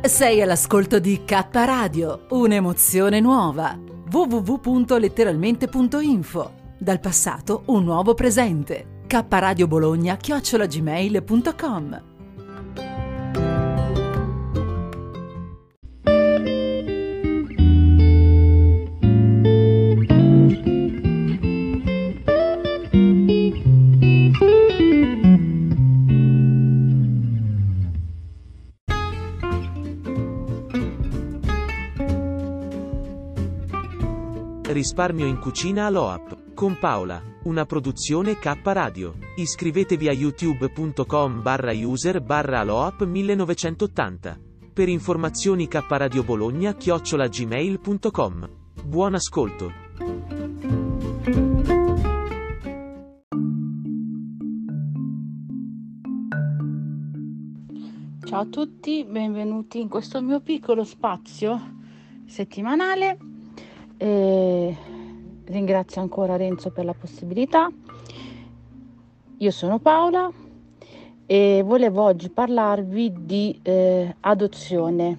Sei all'ascolto di K Radio, un'emozione nuova. www.letteralmente.info. Dal passato un nuovo presente. kradiobologna@gmail.com. Risparmio in cucina all'OAP, con Paola, una produzione K Radio. Iscrivetevi a youtube.com/user/aloap 1980. Per informazioni kradiobologna@gmail.com. Buon ascolto. Ciao a tutti, benvenuti in questo mio piccolo spazio settimanale. Ringrazio ancora Renzo per la possibilità. Io sono Paola e volevo oggi parlarvi di adozione.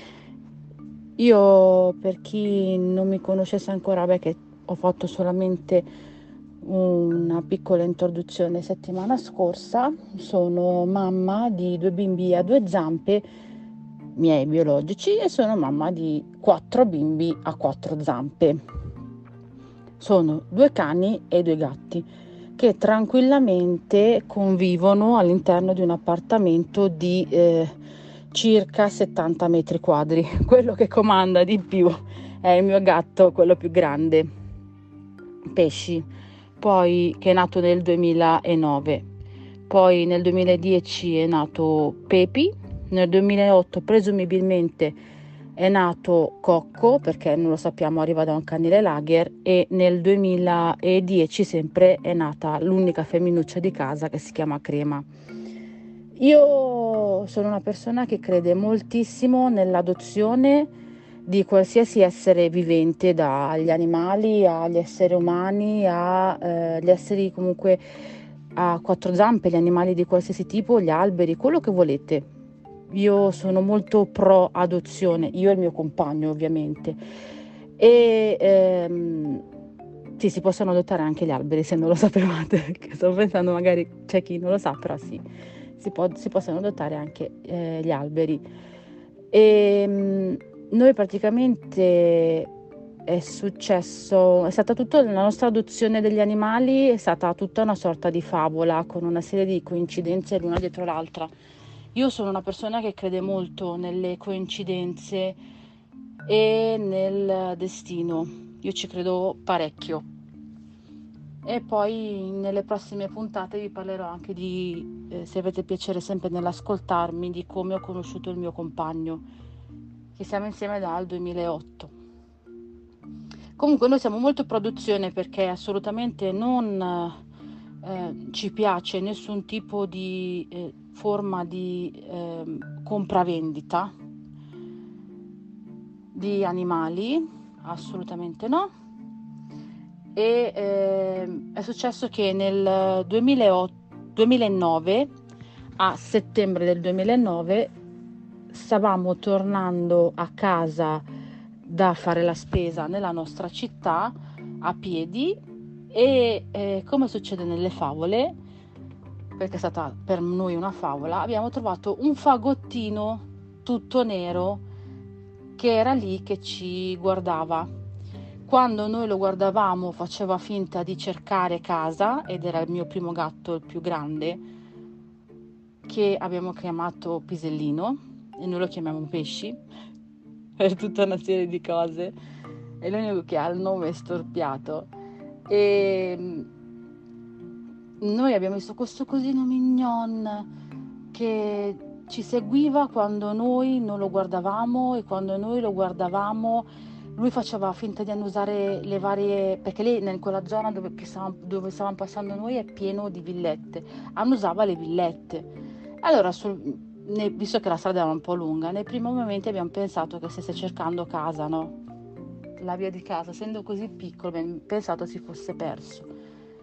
Io, per chi non mi conoscesse ancora, che ho fatto solamente una piccola introduzione settimana scorsa, sono mamma di 2 bimbi a 2 zampe miei biologici e sono mamma di 4 bimbi a 4 zampe. Sono 2 cani e 2 gatti che tranquillamente convivono all'interno di un appartamento di circa 70 metri quadri. Quello che comanda di più è il mio gatto, quello più grande, Pesci, poi che è nato nel 2009. Poi nel 2010 è nato Pepi. Nel 2008 presumibilmente è nato Cocco, perché non lo sappiamo, arriva da un canile lager, e nel 2010 sempre è nata l'unica femminuccia di casa che si chiama Crema. Io sono una persona che crede moltissimo nell'adozione di qualsiasi essere vivente, dagli animali agli esseri umani, agli esseri comunque a 4 zampe, gli animali di qualsiasi tipo, gli alberi, quello che volete. Io sono molto pro adozione, io e il mio compagno ovviamente, e sì, si possono adottare anche gli alberi, se non lo sapevate, che sto pensando magari c'è chi non lo sa, però sì, si possono adottare anche gli alberi. E noi praticamente è stata tutta la nostra adozione degli animali, è stata tutta una sorta di favola con una serie di coincidenze l'una dietro l'altra. Io sono una persona che crede molto nelle coincidenze e nel destino, io ci credo parecchio. E poi nelle prossime puntate vi parlerò anche di, se avete piacere sempre nell'ascoltarmi, di come ho conosciuto il mio compagno, che siamo insieme dal 2008. Comunque noi siamo molto produzione, perché assolutamente non ci piace nessun tipo di forma di compravendita di animali, assolutamente no. E è successo che nel 2009, a settembre del 2009, stavamo tornando a casa da fare la spesa nella nostra città a piedi e come succede nelle favole, perché è stata per noi una favola, abbiamo trovato un fagottino tutto nero che era lì che ci guardava. Quando noi lo guardavamo faceva finta di cercare casa, ed era il mio primo gatto, il più grande, che abbiamo chiamato Pisellino, e noi lo chiamiamo Pesci per tutta una serie di cose, è l'unico che ha il nome storpiato. E noi abbiamo visto questo cosino mignon che ci seguiva quando noi non lo guardavamo, e quando noi lo guardavamo lui faceva finta di annusare le varie, perché lì in quella zona dove stavamo passando noi è pieno di villette, annusava le villette. Allora visto che la strada era un po' lunga, nei primi momenti abbiamo pensato che stesse cercando casa, no? La via di casa, essendo così piccolo, abbiamo pensato si fosse perso.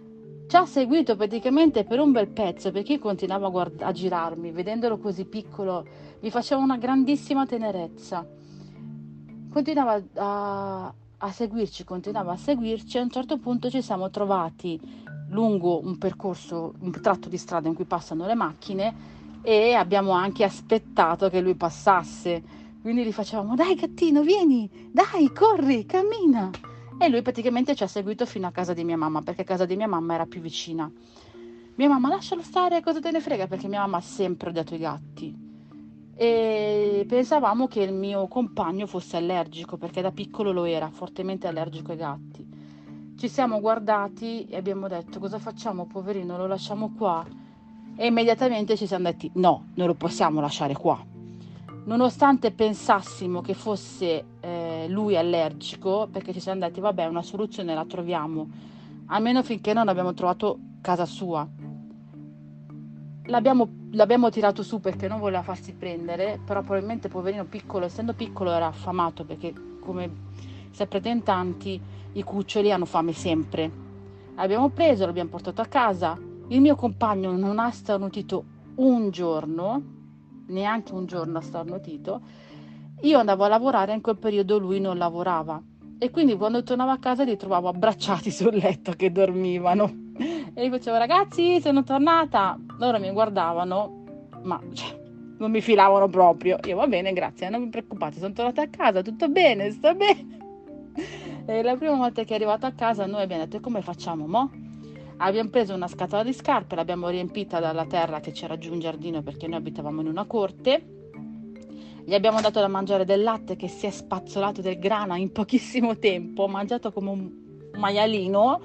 Ci ha seguito praticamente per un bel pezzo, perché io continuavo a girarmi, vedendolo così piccolo, mi faceva una grandissima tenerezza. Continuava a seguirci, continuava a seguirci. A un certo punto ci siamo trovati lungo un percorso, un tratto di strada in cui passano le macchine, e abbiamo anche aspettato che lui passasse. Quindi gli facevamo: dai gattino, vieni, dai, corri, cammina. E lui praticamente ci ha seguito fino a casa di mia mamma, perché casa di mia mamma era più vicina. Mia mamma: lascialo stare, cosa te ne frega, perché mia mamma ha sempre odiato i gatti. E pensavamo che il mio compagno fosse allergico, perché da piccolo lo era, fortemente allergico ai gatti. Ci siamo guardati e abbiamo detto: cosa facciamo, poverino, lo lasciamo qua? E immediatamente ci siamo detti: no, non lo possiamo lasciare qua. Nonostante pensassimo che fosse lui allergico, perché ci siamo detti: vabbè, una soluzione la troviamo, almeno finché non abbiamo trovato casa sua. L'abbiamo tirato su perché non voleva farsi prendere, però probabilmente poverino piccolo, essendo piccolo, era affamato, perché come saprete in tanti, i cuccioli hanno fame sempre. L'abbiamo preso, l'abbiamo portato a casa. Il mio compagno non ha starnutito un giorno, neanche un giorno ha starnutito. Io andavo a lavorare, in quel periodo lui non lavorava, e quindi quando tornavo a casa li trovavo abbracciati sul letto che dormivano. E gli facevo: ragazzi, sono tornata. Loro mi guardavano, ma non mi filavano proprio. Io: va bene, grazie, non vi preoccupate, sono tornata a casa, tutto bene, sta bene. E la prima volta che è arrivato a casa noi abbiamo detto: e come facciamo mo? Abbiamo preso una scatola di scarpe, l'abbiamo riempita dalla terra che c'era giù in giardino, perché noi abitavamo in una corte. Gli abbiamo dato da mangiare del latte, che si è spazzolato del grana in pochissimo tempo, ha mangiato come un maialino,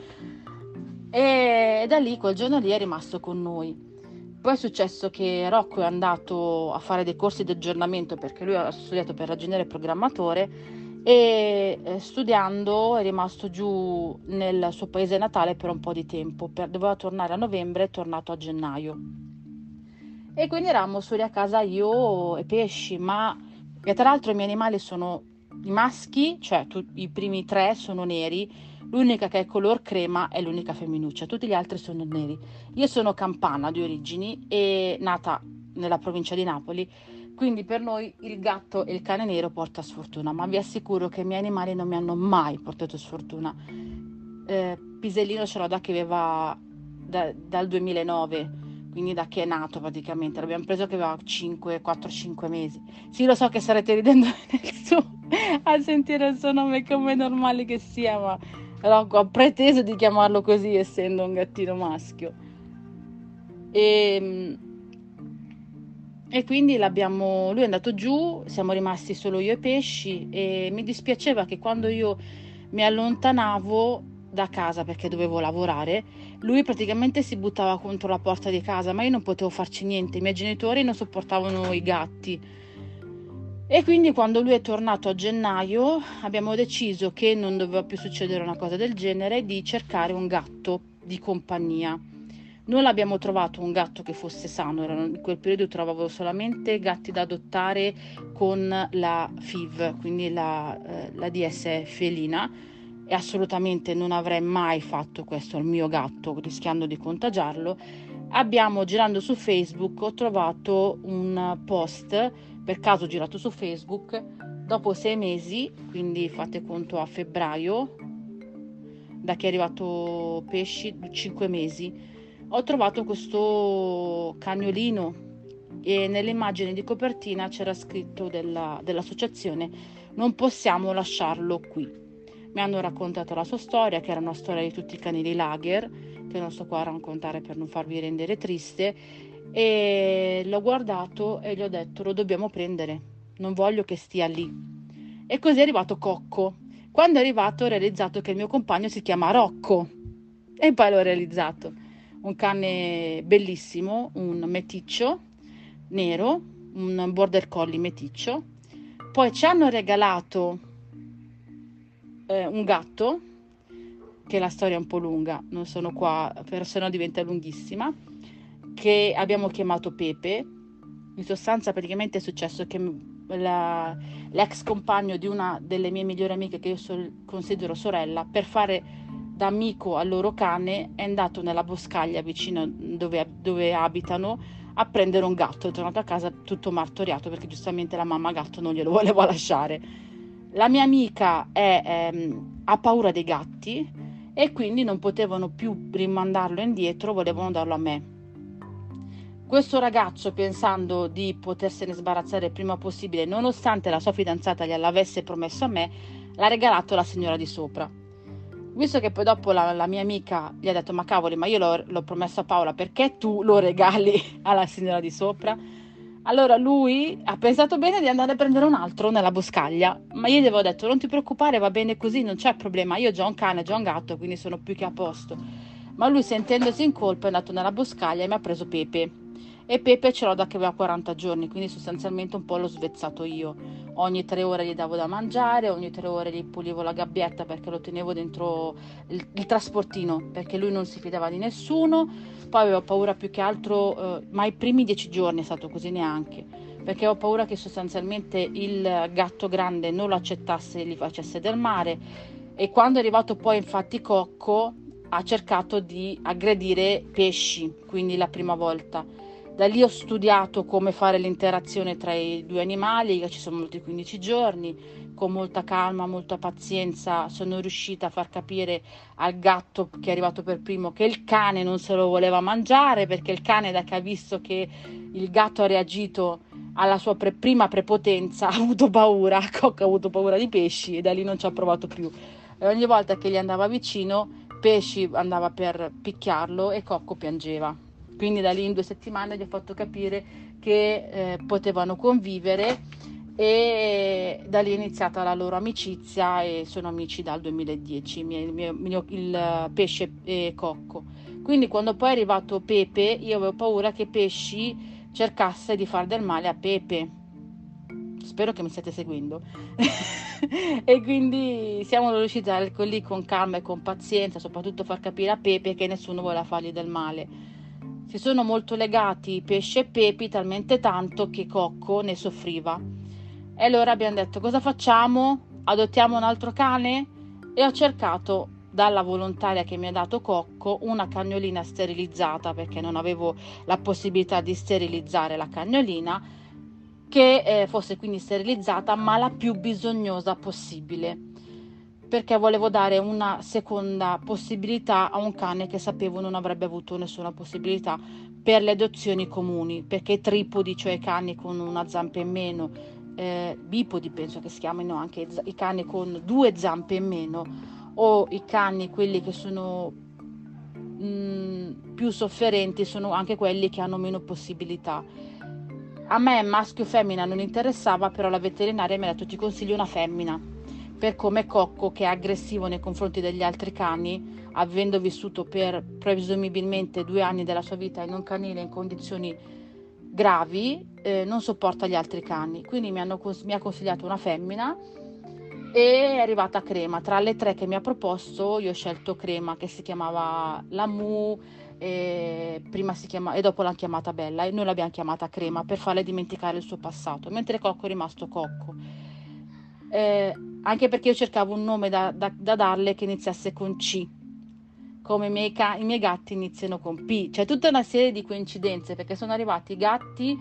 e da lì, quel giorno lì, è rimasto con noi. Poi è successo che Rocco è andato a fare dei corsi di aggiornamento, perché lui ha studiato per ragioniere programmatore, e studiando è rimasto giù nel suo paese natale per un po' di tempo. Doveva tornare a novembre, è tornato a gennaio. E quindi eravamo soli a casa io e Pesci, ma e tra l'altro i miei animali sono i maschi, cioè i primi 3 sono neri, l'unica che è color crema è l'unica femminuccia, tutti gli altri sono neri. Io sono campana di origini e nata nella provincia di Napoli, quindi per noi il gatto e il cane nero porta sfortuna, ma vi assicuro che i miei animali non mi hanno mai portato sfortuna. Pisellino ce l'ho da che aveva dal 2009, quindi da che è nato praticamente. L'abbiamo preso che aveva 4-5 mesi. Sì, lo so che starete ridendo a sentire il suo nome, come è normale che sia, ma Rocco ha preteso di chiamarlo così, essendo un gattino maschio. E quindi lui è andato giù, siamo rimasti solo io e Pesci, e mi dispiaceva che quando io mi allontanavo da casa perché dovevo lavorare, lui praticamente si buttava contro la porta di casa, ma io non potevo farci niente, i miei genitori non sopportavano i gatti. E quindi quando lui è tornato a gennaio abbiamo deciso che non doveva più succedere una cosa del genere, di cercare un gatto di compagnia. Non abbiamo trovato un gatto che fosse sano, in quel periodo trovavo solamente gatti da adottare con la FIV, quindi la DS felina, e assolutamente non avrei mai fatto questo al mio gatto, rischiando di contagiarlo. Girando su Facebook, ho trovato un post, per caso girato su Facebook, dopo 6 mesi, quindi fate conto a febbraio, da che è arrivato Pesci, 5 mesi, ho trovato questo cagnolino, e nell'immagine di copertina c'era scritto dell'associazione: non possiamo lasciarlo qui. Mi hanno raccontato la sua storia, che era una storia di tutti i cani di Lager, che non sto qua a raccontare per non farvi rendere triste, e l'ho guardato e gli ho detto: lo dobbiamo prendere, non voglio che stia lì. E così è arrivato Cocco. Quando è arrivato ho realizzato che il mio compagno si chiama Rocco, e poi l'ho realizzato. Un cane bellissimo, un meticcio nero, un border collie meticcio. Poi ci hanno regalato un gatto, che la storia è un po' lunga, non sono qua, se no diventa lunghissima, che abbiamo chiamato Pepe. In sostanza praticamente è successo che l'ex compagno di una delle mie migliori amiche, che io considero sorella, per fare da amico al loro cane, è andato nella boscaglia vicino dove abitano a prendere un gatto. È tornato a casa tutto martoriato perché giustamente la mamma gatto non glielo voleva lasciare. La mia amica ha paura dei gatti e quindi non potevano più rimandarlo indietro, volevano darlo a me. Questo ragazzo, pensando di potersene sbarazzare il prima possibile, nonostante la sua fidanzata gliel'avesse promesso a me, l'ha regalato alla signora di sopra. Visto che poi dopo la mia amica gli ha detto: ma cavoli, ma io l'ho promesso a Paola, perché tu lo regali alla signora di sopra? Allora lui ha pensato bene di andare a prendere un altro nella boscaglia, ma io gli avevo detto: non ti preoccupare, va bene così, non c'è problema, io ho già un cane, già un gatto, quindi sono più che a posto. Ma lui, sentendosi in colpa, è andato nella boscaglia e mi ha preso Pepe. E Pepe ce l'ho da che aveva 40 giorni, quindi sostanzialmente un po' l'ho svezzato io. Ogni 3 ore gli davo da mangiare, ogni 3 ore gli pulivo la gabbietta perché lo tenevo dentro il trasportino, perché lui non si fidava di nessuno. Poi avevo paura più che altro, ma i primi 10 giorni è stato così neanche, perché ho paura che sostanzialmente il gatto grande non lo accettasse e gli facesse del male. E quando è arrivato poi infatti Cocco, ha cercato di aggredire pesci, quindi la prima volta. Da lì ho studiato come fare l'interazione tra i due animali, che ci sono voluti 15 giorni, con molta calma, molta pazienza sono riuscita a far capire al gatto, che è arrivato per primo, che il cane non se lo voleva mangiare, perché il cane, da che ha visto che il gatto ha reagito alla sua prima prepotenza, ha avuto paura, Cocco ha avuto paura di pesci e da lì non ci ha provato più. E ogni volta che gli andava vicino, Pesci andava per picchiarlo e Cocco piangeva. Quindi da lì in 2 settimane gli ho fatto capire che potevano convivere e da lì è iniziata la loro amicizia e sono amici dal 2010, il Pesce e Cocco. Quindi quando poi è arrivato Pepe, io avevo paura che Pesci cercasse di far del male a Pepe. Spero che mi state seguendo. E quindi siamo riusciti a stare lì con calma e con pazienza, soprattutto far capire a Pepe che nessuno voleva fargli del male. Si sono molto legati Pesce e Pepi, talmente tanto che Cocco ne soffriva. E allora abbiamo detto: cosa facciamo? Adottiamo un altro cane? E ho cercato dalla volontaria che mi ha dato Cocco una cagnolina sterilizzata, perché non avevo la possibilità di sterilizzare la cagnolina, che fosse quindi sterilizzata, ma la più bisognosa possibile, perché volevo dare una seconda possibilità a un cane che sapevo non avrebbe avuto nessuna possibilità per le adozioni comuni, perché i tripodi, cioè i cani con una zampa in meno, bipodi penso che si chiamino anche i cani con 2 zampe in meno, o i cani quelli che sono più sofferenti, sono anche quelli che hanno meno possibilità. A me maschio o femmina non interessava, però la veterinaria mi ha detto: ti consiglio una femmina, per come Cocco, che è aggressivo nei confronti degli altri cani, avendo vissuto per presumibilmente 2 anni della sua vita in un canile in condizioni gravi, non sopporta gli altri cani. Quindi mi ha consigliato una femmina e è arrivata Crema. Tra le 3 che mi ha proposto, io ho scelto Crema, che si chiamava Lamu, e dopo l'hanno chiamata Bella e noi l'abbiamo chiamata Crema per farle dimenticare il suo passato, mentre Cocco è rimasto Cocco. Anche perché io cercavo un nome da darle che iniziasse con C, come i miei gatti iniziano con P. C'è tutta una serie di coincidenze, perché sono arrivati i gatti,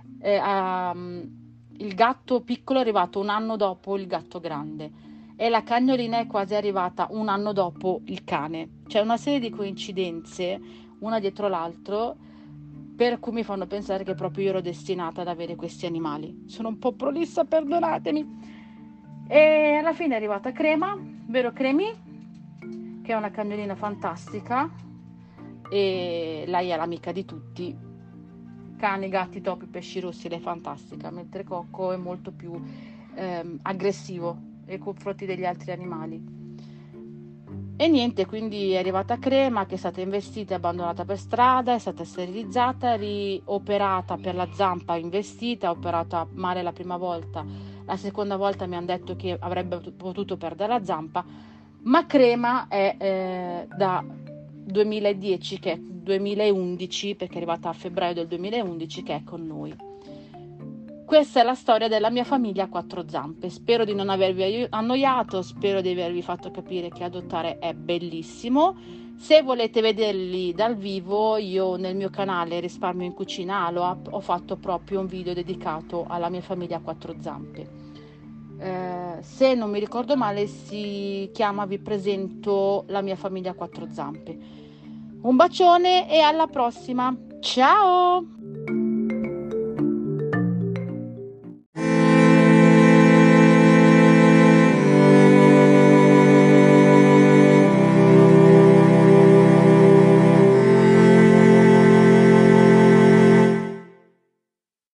il gatto piccolo è arrivato 1 anno dopo il gatto grande e la cagnolina è quasi arrivata 1 anno dopo il cane. C'è una serie di coincidenze una dietro l'altro, per cui mi fanno pensare che proprio io ero destinata ad avere questi animali. Sono un po' prolissa, perdonatemi. E alla fine è arrivata Crema, vero Cremi, che è una cagnolina fantastica e lei è l'amica di tutti. Cani, gatti, topi, pesci rossi, lei è fantastica, mentre Cocco è molto più aggressivo nei confronti degli altri animali. E niente, quindi è arrivata Crema, che è stata investita e abbandonata per strada, è stata sterilizzata, rioperata per la zampa investita, operata male la prima volta, la seconda volta mi hanno detto che avrebbe potuto perdere la zampa, ma Crema è da 2010, che è 2011, perché è arrivata a febbraio del 2011, che è con noi. questa è la storia della mia famiglia a quattro zampe. Spero di non avervi annoiato, spero di avervi fatto capire che adottare è bellissimo. Se volete vederli dal vivo, io nel mio canale Risparmio in Cucina Aloap ho fatto proprio un video dedicato alla mia famiglia a quattro zampe. Se non mi ricordo male si chiama Vi presento la mia famiglia a quattro zampe. Un bacione e alla prossima, ciao!